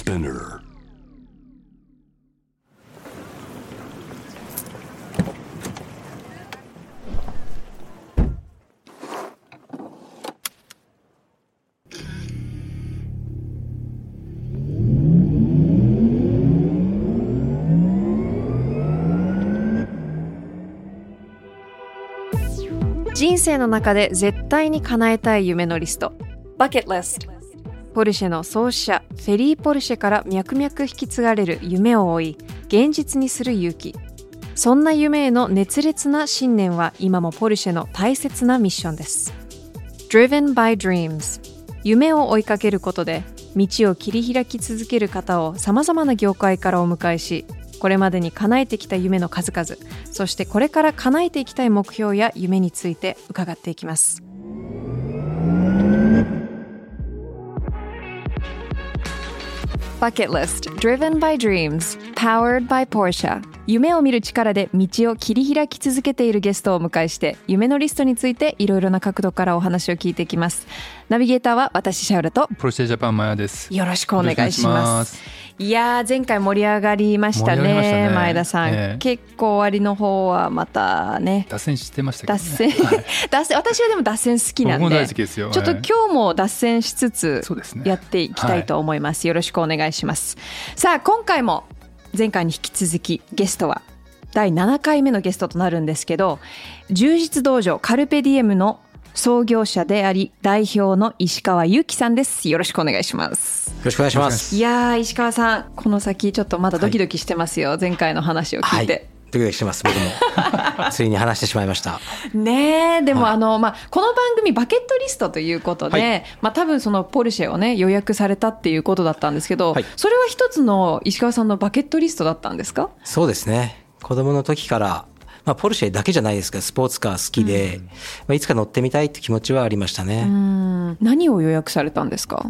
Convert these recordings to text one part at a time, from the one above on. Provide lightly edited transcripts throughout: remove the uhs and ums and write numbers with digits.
Spinner. 人生の中で絶対に叶えたい夢のリスト Bucket List。 ポルシェの創始者フェリー・ポルシェから脈々引き継がれる夢を追い現実にする勇気。そんな夢への熱烈な信念は今もポルシェの大切なミッションです。 Driven by Dreams。 夢を追いかけることで道を切り開き続ける方をさまざまな業界からお迎えし、これまでに叶えてきた夢の数々、そしてこれから叶えていきたい目標や夢について伺っていきます。Bucket List Driven by Dreams Powered by Porsche。 夢を見る力で道を切り開き続けているゲストをお迎えして、夢のリストについていろいろな角度からお話を聞いていきます。ナビゲーターは私シャウラとポルシェジャパンマヤです。 よろしくお願いします。いやー、前回盛り上がりましたね、前田さん、結構終わりの方はまたね脱線してましたけどね。 脱線私はでも脱線好きなんで、 僕も大好きですよ。 ちょっと今日も脱線しつつやっていきたいと思います。よろしくお願いします。さあ、今回も前回に引き続きゲストは第7回目のゲストとなるんですけど、充実道場カルペディエムの創業者であり代表の石川祐希さんです。よろしくお願いします。 よろしくお願いします。 いやー、石川さん、この先ちょっとまだドキドキしてますよ、前回の話を聞いて。 ドキドキしてます。僕もついに話してしまいましたねえ、でもこの番組バケットリストということで、多分そのポルシェをね予約されたっていうことだったんですけど、それは一つの石川さんのバケットリストだったんですか？ そうですね。子供の時からポルシェだけじゃないですけどスポーツカー好きで、いつか乗ってみたいって気持ちはありましたね。 何を予約されたんですか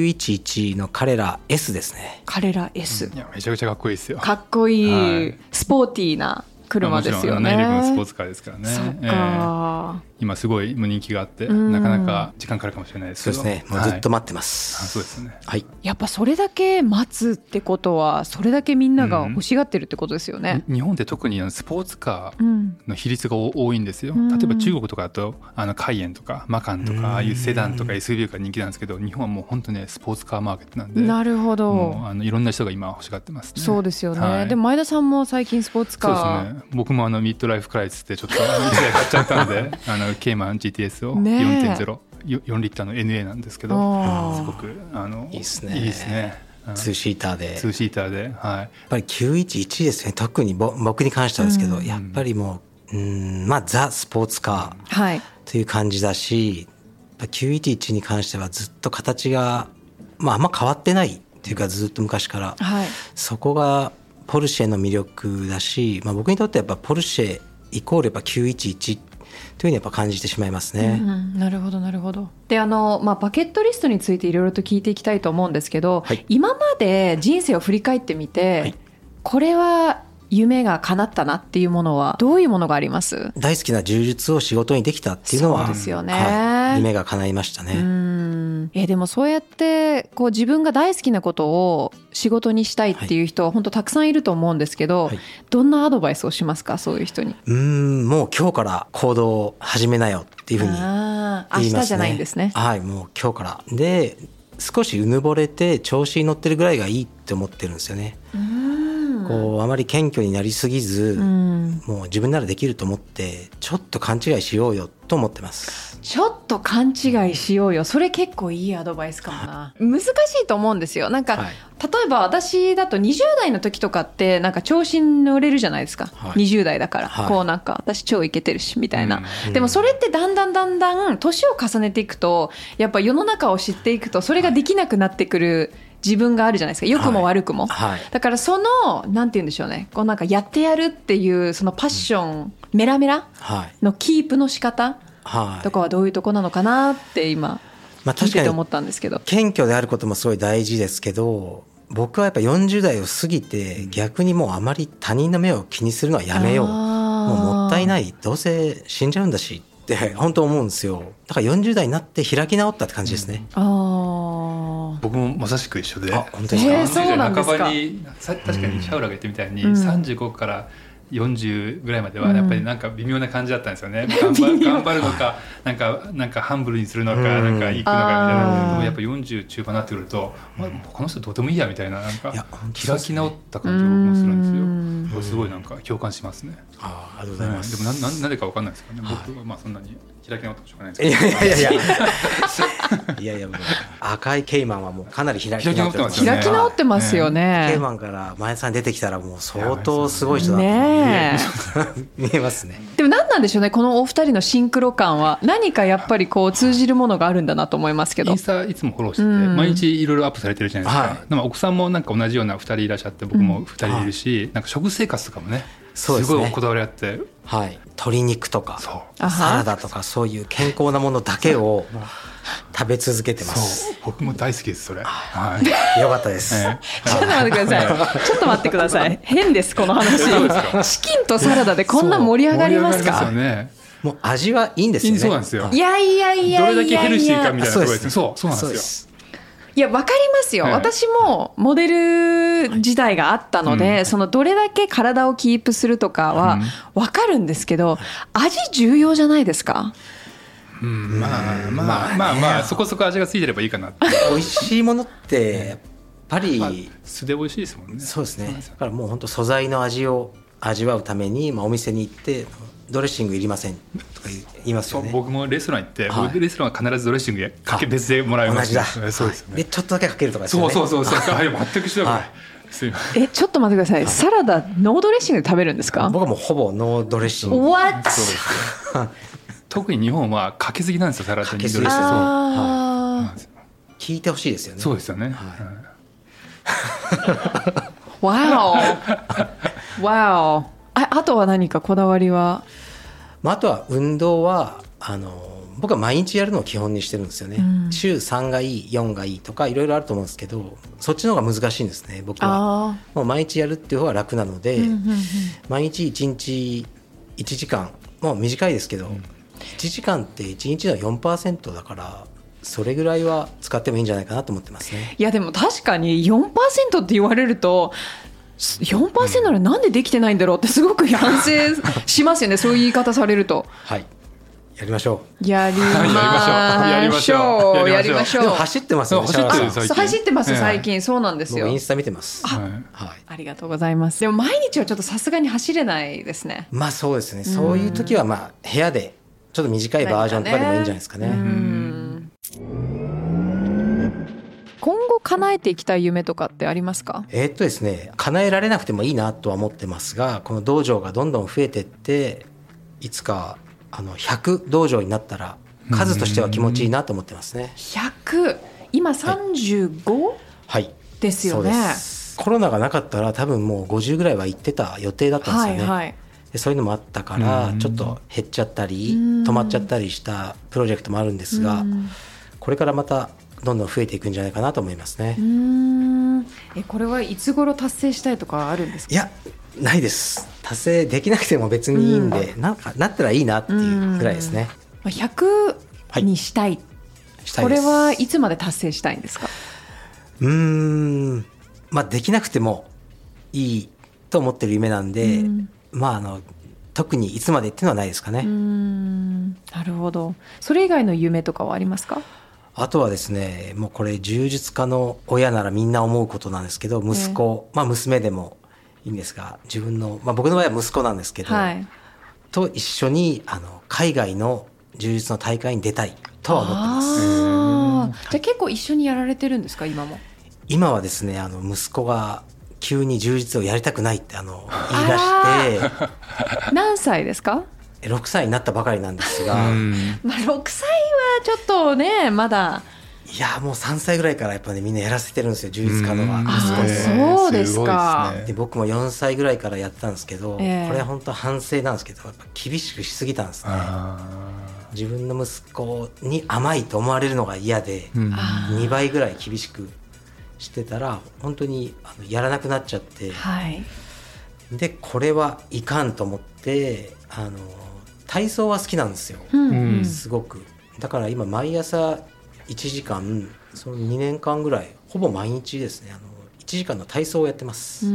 ？911のカレラ S ですね。 カレラ S、 いやめちゃくちゃかっこいいですよ。 かっこいい、スポーティーな車ですよね。 内陸のスポーツカーですからね。 そっか、 今すごい人気があって、なかなか時間かかるかもしれないですけど。 そうですね、もうずっと待ってます、 そうですね。 やっぱそれだけ待つってことはそれだけみんなが欲しがってるってことですよね。 日本って特にスポーツカーの比率が多いんですよ。例えば中国とかだとカイエンとかマカンとかああいうセダンとか SUV が人気なんですけど、日本はもう本当ねスポーツカーマーケットなんで。なるほど。いろんな人が今欲しがってますね。 そうですよね、でも前田さんも最近スポーツカー。 そうですね、僕もミッドライフクライシスでちょっと1台買っちゃったのでケイマン GTS を 4.0 4リッターの NA なんですけど、すごくいいですね。 いいですね。 2シーターで、 やっぱり911ですね。特に僕に関してはですけど、やっぱりもうザ・スポーツカーという感じだし、911に関してはずっと形があんま変わってないっていうか、ずっと昔から、そこがポルシェの魅力だし、僕にとってやっぱポルシェイコールやっぱ911というふうにやっぱ感じてしまいますね。 なるほどなるほど。でバケットリストについていろいろと聞いていきたいと思うんですけど、今まで人生を振り返ってみて、これは夢が叶ったなっていうものはどういうものがあります？ 大好きな柔術を仕事にできたっていうのは、 そうですよね、 夢が叶いましたね。 でもそうやって自分が大好きなことを仕事にしたいっていう人は本当たくさんいると思うんですけど、どんなアドバイスをしますか、そういう人に？ もう今日から行動を始めなよっていうふうに言いますね。 明日じゃないんですね。 もう今日からで、少しうぬぼれて調子に乗ってるぐらいがいいって思ってるんですよね。あまり謙虚になりすぎず、もう自分ならできると思ってちょっと勘違いしようよと思ってます。 ちょっと勘違いしようよ、それ結構いいアドバイスかもな。難しいと思うんですよ。例えば私だと20代の時とかって調子に乗れるじゃないですか、20代だから、私超イケてるしみたいな、でもそれってだんだん年を重ねていくと、やっぱ世の中を知っていくとそれができなくなってくる自分があるじゃないですか、良くも悪くも、だからそのなんて言うんでしょうね、やってやるっていうそのパッション、メラメラのキープの仕方とかはどういうとこなのかなって今聞いてて思ったんですけど。 謙虚であることもすごい大事ですけど、僕はやっぱ40代を過ぎて逆にもうあまり他人の目を気にするのはやめよう、もうもったいない、どうせ死んじゃうんだしって本当思うんですよ。だから40代になって開き直ったって感じですね。 僕もまさしく一緒で、 本当ですか。 そうなんですか。 半ばに確かにシャウラが言ってみたいに、35から40ぐらいまではやっぱりなんか微妙な感じだったんですよね。頑張るのかなんかハンブルにするのかなんか行くのかみたいな。でもやっぱ40中盤になってくると、この人どうでもいいやみたいな、なんか開き直った感じもするんですよ。すごいなんか共感しますね。 ありがとうございます。 でもなんでか分かんないですけどね。僕はまあそんなに開き直ったもしょうがないですけど。いやもう赤いケイマンはもうかなり開き直ってますよね。 開き直ってますよね。 ケイマンから前田さん出てきたらもう相当すごい人だと見えますね。 でも何なんでしょうね、このお二人のシンクロ感は。何かやっぱりこう通じるものがあるんだなと思いますけど。 インスタいつもフォローしてて、毎日いろいろアップされてるじゃないですか。でも奥さんもなんか同じような2人いらっしゃって、僕も2人いるし、なんか食生活とかもね、すごいこだわりあって、 鶏肉とかサラダとかそういう健康なものだけを食べ続けてます。 僕も大好きです、それ。よかったです。 ちょっと待ってください。ちょっと待ってください。変です、この話。チキンとサラダでこんな盛り上がりますか？ もう味はいいんですよね。 そうなんですよ。 いやどれだけヘルシーかみたいなところです。そうなんですよ。 いや、わかりますよ。私もモデル時代があったので、そのどれだけ体をキープするとかはわかるんですけど、味重要じゃないですか？ まあそこそこ味がついてればいいかなって。 美味しいものってやっぱり素で美味しいですもんね。 そうですね。だからもう本当素材の味を味わうために、お店に行ってドレッシングいりませんとか言いますよね。 僕もレストラン行って、レストランは必ずドレッシング別でもらいます。 同じだ。そうですね。でちょっとだけかけるとかですよね。 そう全く一緒だ。 ちょっと待ってください。サラダノードレッシングで食べるんですか？ 僕はもうほぼノードレッシング。 What？ 特に日本はかけすぎなんですよ、サラダに。 聞いてほしいですよね。 そうですよね。 わお。あとは何かこだわりは？ あとは運動は僕は毎日やるのを基本にしてるんですよね。週3がいい4がいいとかいろいろあると思うんですけど、そっちの方が難しいんですね。僕はもう毎日やるっていう方が楽なので、毎日1日1時間もう短いですけど、1時間って1日の 4% だから、それぐらいは使ってもいいんじゃないかなと思ってますね。 いやでも確かに 4% って言われると 4% ならなんでできてないんだろうってすごく反省しますよね。そういう言い方されると。 やりましょう。 やりましょう。 でも走ってますよね。 走ってます最近。そうなんですよ。 僕インスタ見てます。 ありがとうございます。でも毎日はちょっとさすがに走れないですね。 そうですね。そういう時は部屋でちょっと短いバージョンとかでもいいんじゃないですかね。 今後叶えていきたい夢とかってありますか？ ですね、叶えられなくてもいいなとは思ってますが、この道場がどんどん増えていって、いつか100道場になったら数としては気持ちいいなと思ってますね。 100、今 35？ ですよね。 そうです。コロナがなかったら多分もう50ぐらいは行ってた予定だったんですよね。でそういうのもあったからちょっと減っちゃったり止まっちゃったりしたプロジェクトもあるんですが、これからまたどんどん増えていくんじゃないかなと思いますね。 これはいつ頃達成したいとかあるんですか？ いや、ないです。達成できなくても別にいいんで、なったらいいなっていうぐらいですね。 100にしたい、これはいつまで達成したいんですか？ できなくてもいいと思ってる夢なんで、特にいつまでっていうのはないですかね。 なるほど。それ以外の夢とかはありますか？ あとはですね、もうこれ柔術家の親ならみんな思うことなんですけど、息子、娘でもいいんですが、自分の、僕の場合は息子なんですけど、と一緒に海外の柔術の大会に出たいとは思ってます。 じゃあ結構一緒にやられてるんですか？今も。 今はですね、息子が急に柔術をやりたくないって言い出して。 何歳ですか ？6歳になったばかりなんですが、 6歳はちょっとね、まだ。 いや、もう3歳ぐらいからやっぱね、みんなやらせてるんですよ、柔術家のは。 そうですか。 で僕も4歳ぐらいからやったんですけど、これは本当反省なんですけど、やっぱ厳しくしすぎたんですね。自分の息子に甘いと思われるのが嫌で、2倍ぐらい厳しくしてたら本当にやらなくなっちゃって、でこれはいかんと思って体操は好きなんですよ、すごく。だから今毎朝 1時間その2年間ぐらいほぼ毎日ですね1時間の体操をやってます。はい、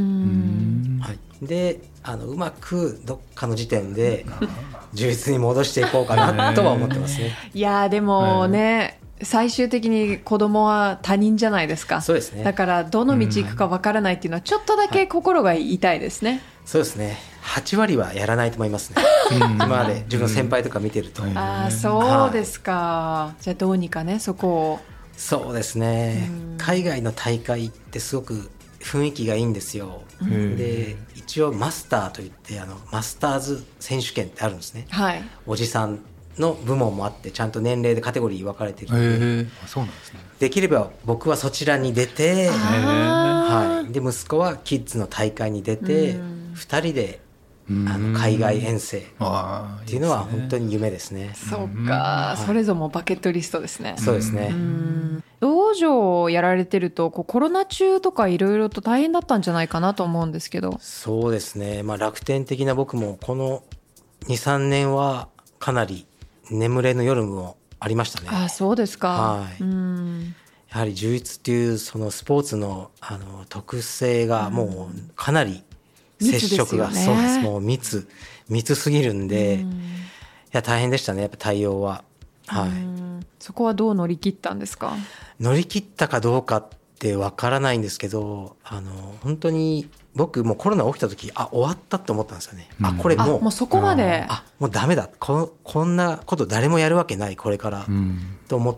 でうまくどっかの時点で充実に戻していこうかなとは思ってますね。 いやでもね、最終的に子供は他人じゃないですか。 そうですね。 だからどの道行くかわからないっていうのはちょっとだけ心が痛いですね。はい、 そうですね。8割はやらないと思いますね。今まで自分の先輩とか見てると。 ああそうですか。はい、じゃあどうにかねそこを。 そうですね。海外の大会ってすごく雰囲気がいいんですよ。で一応マスターといってマスターズ選手権ってあるんですね。はい、おじさんの部門もあってちゃんと年齢でカテゴリー分かれてるので、 そうなんですね。 できれば僕はそちらに出て、はい、で息子はキッズの大会に出て2人で海外遠征っていうのは本当に夢ですね。 そうか、それぞれもバケットリストですね。 そうですね。 道場をやられてるとコロナ中とかいろいろと大変だったんじゃないかなと思うんですけど。 そうですね、楽天的な僕もこの 2,3 年はかなり眠れぬ夜もありましたね。 あ、そうですか。 はい、やはり充実っていうそのスポーツの特性がもうかなり接触が、そうです、もう密すぎるんで、いや大変でしたね、やっぱ対応は。はい、 そこはどう乗り切ったんですか？ 乗り切ったかどうかってわからないんですけど、本当に僕もうコロナ起きた時終わったって思ったんですよね。これもうそこまでもうダメだ、こんなこと誰もやるわけないこれから、と思って、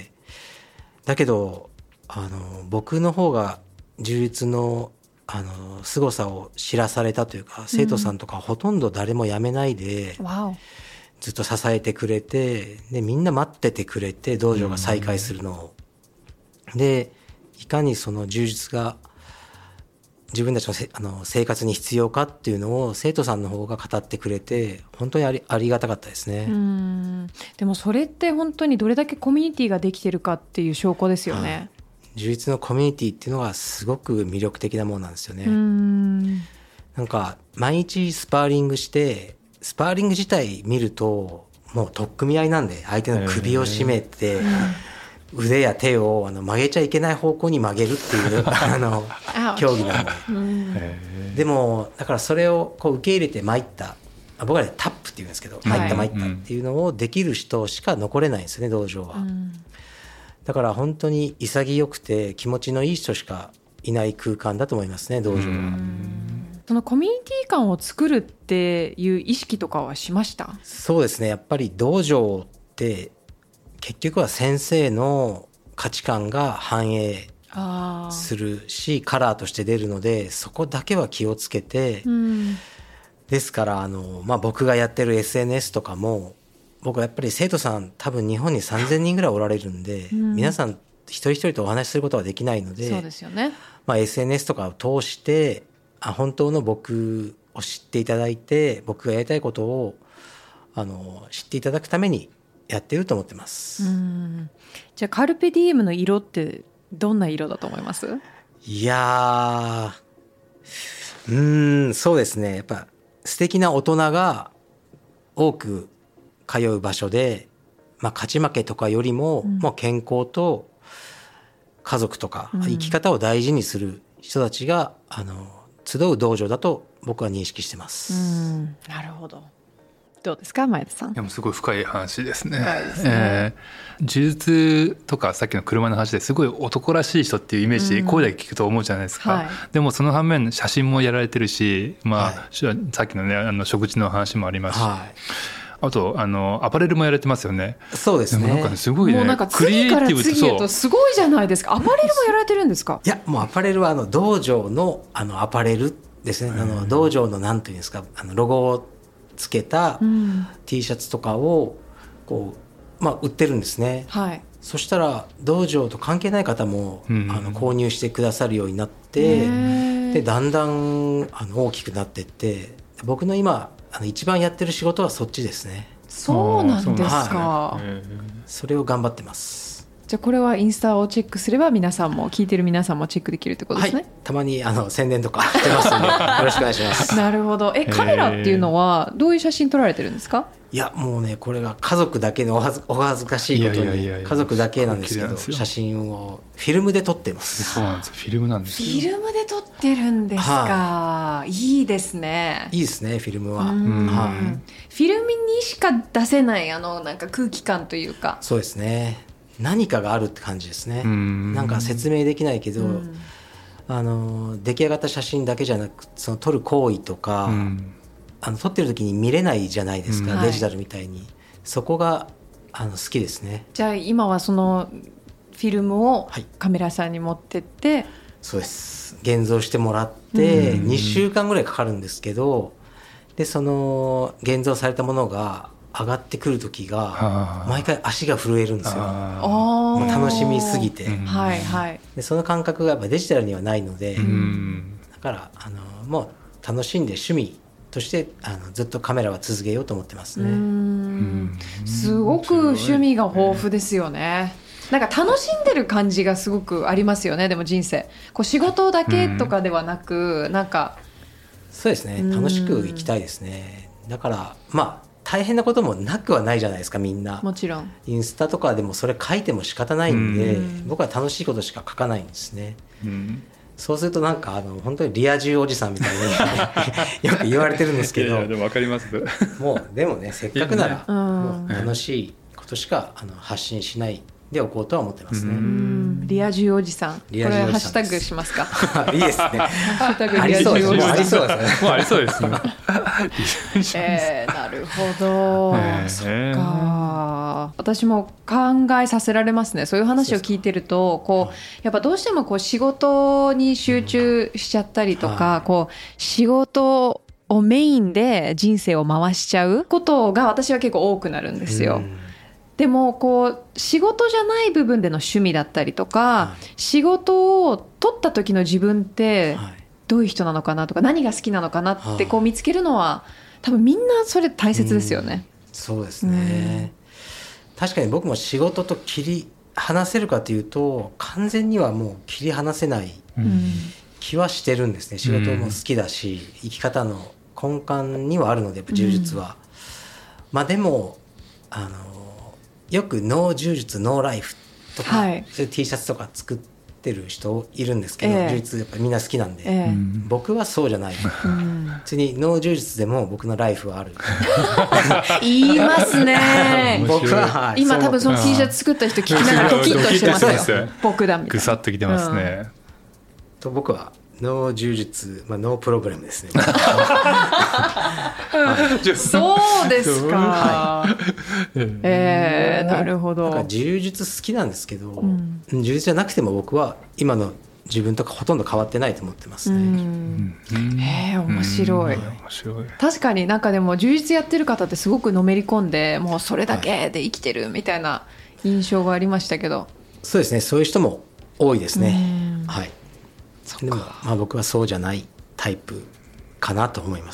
だけど僕の方が充実の凄さを知らされたというか、生徒さんとかほとんど誰も辞めないで、ずっと支えてくれて、でみんな待っててくれて道場が再開するのを、でいかにその充実が自分たちの生活に必要かっていうのを生徒さんの方が語ってくれて、本当にありがたかったですね。 でもそれって本当にどれだけコミュニティができてるかっていう証拠ですよね。 充実のコミュニティっていうのがすごく魅力的なものなんですよね。なんか毎日スパーリングして、スパーリング自体見るともう取っ組み合いなんで、相手の首を絞めて、腕や手を曲げちゃいけない方向に曲げるっていう競技なんで、でもだからそれをこう受け入れて参った、僕らでタップっていうんですけど、参ったっていうのをできる人しか残れないんですよね、道場は。だから本当に潔くて気持ちのいい人しかいない空間だと思いますね、道場は。 そのコミュニティ感を作るっていう意識とかはしました？ そうですね、やっぱり道場って結局は先生の価値観が反映するし、カラーとして出るので、そこだけは気をつけて、ですから僕がやってる SNS とかも、僕はやっぱり生徒さん多分日本に3000人ぐらいおられるんで、皆さん一人一人とお話しすることはできないので、 そうですよね。 SNS とかを通して本当の僕を知っていただいて、僕がやりたいことを知っていただくためにやってると思ってます。 じゃあカルペディエムの色ってどんな色だと思います？いやそうですね、やっぱ素敵な大人が多く通う場所で、勝ち負けとかよりも、もう健康と家族とか、生き方を大事にする人たちが集う道場だと僕は認識してます。 なるほど。どうですか、前田さん。 でもすごい深い話ですね。柔術とかさっきの車の話ですごい男らしい人っていうイメージ、声だけ聞くと思うじゃないですか。でもその反面写真もやられてるし、さっきのね食事の話もありますし、あとアパレルもやられてますよね。 そうですね。 でもなんかすごいね、 もうなんか次から次へとすごいじゃないですか。アパレルもやられてるんですか？ いや、もうアパレルは道場のアパレルですね。道場のなんていうんですか、ロゴをつけた T シャツとかをこう、売ってるんですね。そしたら道場と関係ない方も購入してくださるようになって、でだんだん大きくなっていって、僕の今一番やってる仕事はそっちですね。 そうなんですか。 それを頑張ってます。 じゃあこれはインスタをチェックすれば皆さんも聞いてる皆さんもチェックできるってことですね。 たまに宣伝とかしてますのでよろしくお願いします。 なるほど。カメラっていうのはどういう写真撮られてるんですか？ いやもうねこれが家族だけのお恥ずかしいことに家族だけなんですけど写真をフィルムで撮ってます。 そうなんですよ、フィルムなんですよ。 フィルムで撮ってるんですか、いいですね。 いいですねフィルムは、 フィルムにしか出せないなんか空気感というか。 そうですね、何かがあるって感じですね。なんか説明できないけど、出来上がった写真だけじゃなくその撮る行為とか、撮ってる時に見れないじゃないですか、デジタルみたいに。そこが好きですね。 じゃあ今はそのフィルムをカメラさんに持ってって、 そうです現像してもらって2週間ぐらいかかるんですけど、でその現像されたものが上がってくる時が毎回足が震えるんですよ。もう楽しみすぎて、でその感覚がやっぱデジタルにはないので、だからもう楽しんで趣味としてずっとカメラは続けようと思ってますね。 すごく趣味が豊富ですよね。なんか楽しんでる感じがすごくありますよね。でも人生こう仕事だけとかではなく、なんかそうですね、楽しく生きたいですね。だからまあ大変なこともなくはないじゃないですか、みんな。 もちろんインスタとかでもそれ書いても仕方ないんで、僕は楽しいことしか書かないんですね。そうするとなんか本当にリア充おじさんみたいによく言われてるんですけど、 いやでも分かりますもうでもね、せっかくならもう楽しいことしか発信しないでおこうとは思ってますね。 リア充おじさん、これハッシュタグしますか？ いいですね。 ハッシュタグリア充おじさん。 ありそうですね。 もうありそうですね。 なるほど、そっか。私も考えさせられますね。そういう話を聞いてるとこうやっぱどうしてもこう仕事に集中しちゃったりとか、こう仕事をメインで人生を回しちゃうことが私は結構多くなるんですよ。でもこう仕事じゃない部分での趣味だったりとか、仕事を取った時の自分ってどういう人なのかなとか、何が好きなのかなってこう見つけるのは多分みんなそれ大切ですよね。 そうですね、確かに僕も仕事と切り離せるかというと完全にはもう切り離せない気はしてるんですね。仕事も好きだし、生き方の根幹にはあるのでやっぱ柔術は、まあでもよくノー柔術ノーライフとか、そういう T シャツとか作ってる人いるんですけど、柔術やっぱりみんな好きなんで、僕はそうじゃない、別にノー柔術でも僕のライフはある言いますね。 僕は、 今多分その T シャツ作った人聞きながらドキッとしてますよ。僕だみたいな。 ぐさっときてますね。 と僕はノー柔術、ノープログラムですね。 そうですか。なるほど。 だから柔術好きなんですけど、柔術じゃなくても僕は今の自分とかほとんど変わってないと思ってますね。 面白い。確かになんかでも柔術やってる方ってすごくのめり込んでもうそれだけで生きてるみたいな印象がありましたけど。 そうですね、そういう人も多いですね。でも僕はそうじゃないタイプかなと思います。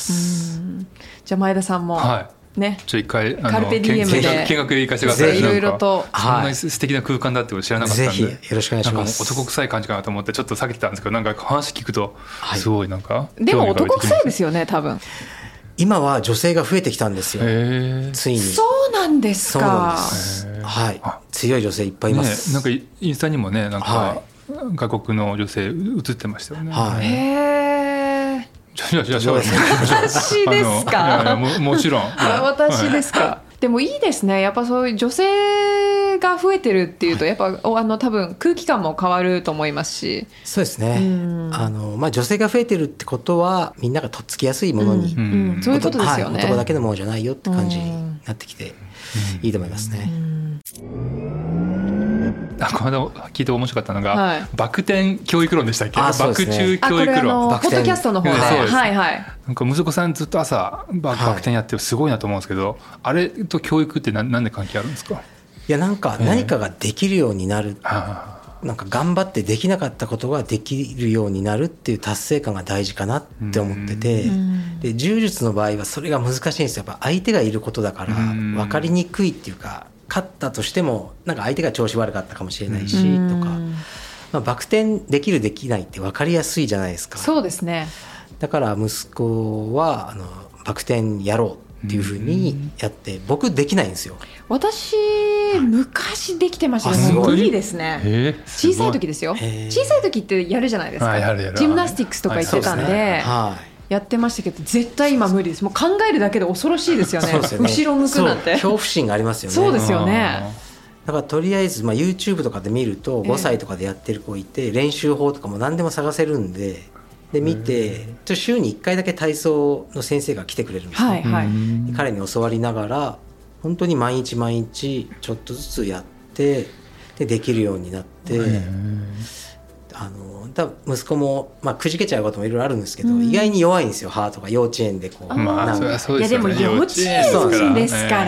じゃあ前田さんも、ね、 一回カルペディエムで見学で行かせてください。 いろいろとそんなに素敵な空間だって知らなかったんで、 ぜひよろしくお願いします。 男臭い感じかなと思ってちょっと避けてたんですけど、なんか話聞くとすごいなんか、 でも男臭いですよね多分。 今は女性が増えてきたんですよ、ついに。 そうなんですか。 強い女性いっぱいいます、 なんかインスタにもね、なんか外国の女性映ってましたよね。 私ですか？ もちろん私ですか？でもいいですね。やっぱそういう女性が増えてるっていうとやっぱ多分空気感も変わると思いますし。 そうですね、女性が増えてるってことはみんながとっつきやすいものに、 そういうことですよね。 男だけのものじゃないよって感じになってきていいと思いますね。 この間聞いて面白かったのが、バク転教育論でしたっけ？バク宙教育論。 ポッドキャストの方で、 なんか息子さんずっと朝バク転やってすごいなと思うんですけど、あれと教育って何で関係あるんですか？ いやなんか何かができるようになる、なんか頑張ってできなかったことができるようになるっていう達成感が大事かなって思ってて、で柔術の場合はそれが難しいんですよ。やっぱ相手がいることだから分かりにくいっていうか、勝ったとしてもなんか相手が調子悪かったかもしれないしとか、バク転できるできないって分かりやすいじゃないですか。 そうですね。 だから息子はバク転やろうっていうふうにやって、僕できないんですよ。 私昔できてましたけど無理ですね。小さい時ですよ。小さい時ってやるじゃないですか。ジムナスティックスとか言ってたんで、やってましたけど絶対今無理です。もう考えるだけで恐ろしいですよね。後ろ向くなんて恐怖心がありますよね。 そうですよね。 だからとりあえず、YouTube とかで見ると5歳とかでやってる子いて、練習法とかも何でも探せるんで、見て週に1回だけ体操の先生が来てくれるんですね。彼に教わりながら本当に毎日毎日ちょっとずつやってできるようになって、息子も、くじけちゃうこともいろいろあるんですけど、意外に弱いんですよ。ハートが幼稚園でこう、 いやでも幼稚園ですから、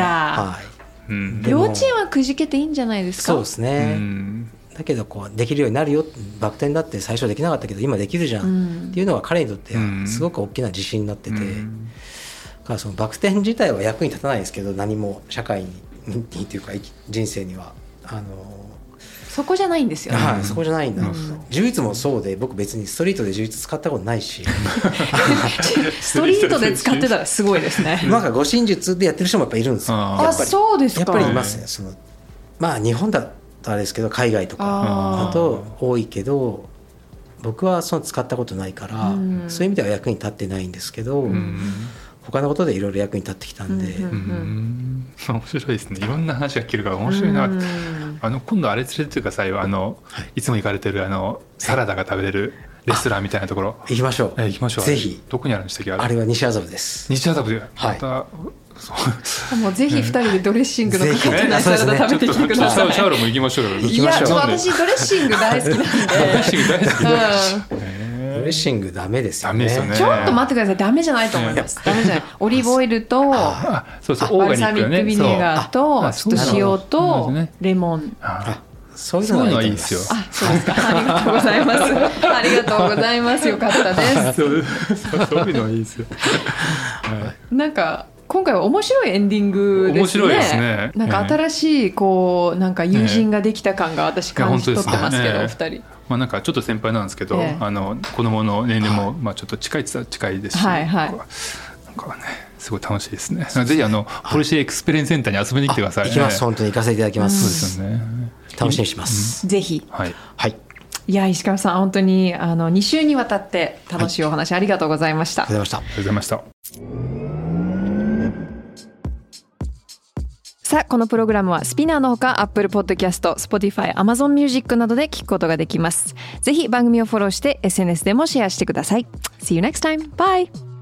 幼稚園はくじけていいんじゃないですか。 そうですね。だけどこうできるようになるよ、バク転だって最初できなかったけど今できるじゃんっていうのが彼にとってはすごく大きな自信になってて、からそのバク転自体は役に立たないですけど、何も社会にというか人生にはそこじゃないんですよね。 そこじゃないんだ。柔術もそうで、僕別にストリートで柔術使ったことないしストリートで使ってたらすごいですね。 なんか護身術でやってる人もやっぱいるんですよ。 あ、そうですか。 やっぱりいますね。日本だったらですけど海外とかだと多いけど、僕は使ったことないから、そういう意味では役に立ってないんですけど、他のことでいろいろ役に立ってきたんで、 面白いですね。いろんな話が聞けるから面白いな。今度あれ連れてってくださいよ。いつも行かれてるサラダが食べれるレストランみたいなところ行きましょう。 行きましょう。 ぜひ。 どこにあるんでしたっけ？ あれは西麻布です。 西麻布でまた、 もうぜひ2人でドレッシングのかかってないサラダ食べてきてください。 シャウロも行きましょうよ。 いや私ドレッシング大好きなんで。ドレッシング大好き。 ドレッシングダメですよね。 ちょっと待ってください。ダメじゃないと思います。ダメじゃない。オリーブオイルとバルサミックビネガーとちょっと塩とレモン。 そういうのはいいですよ。 そうですか。ありがとうございます。ありがとうございます。よかったです。 そういうのはいいですよ。 なんか今回は面白いエンディングですね。面白いですね。なんか新しいなんか友人ができた感が私感じ取ってますけど、お二人。 なんかちょっと先輩なんですけど、子供の年齢もちょっと近いって言ったら近いですし、なんかねすごい楽しいですね。ぜひポルシェエクスペリエンスセンターに遊びに来てください。 行きます。本当に行かせていただきます。 そうですよね。 楽しみにします。 ぜひ。 はい。 いや石川さん本当に2週にわたって楽しいお話ありがとうございました。 ありがとうございました。 さあこのプログラムはスピナーのほか Apple Podcast、Spotify、Amazon Music などで聞くことができます。ぜひ番組をフォローして SNS でもシェアしてください。See you next time. Bye!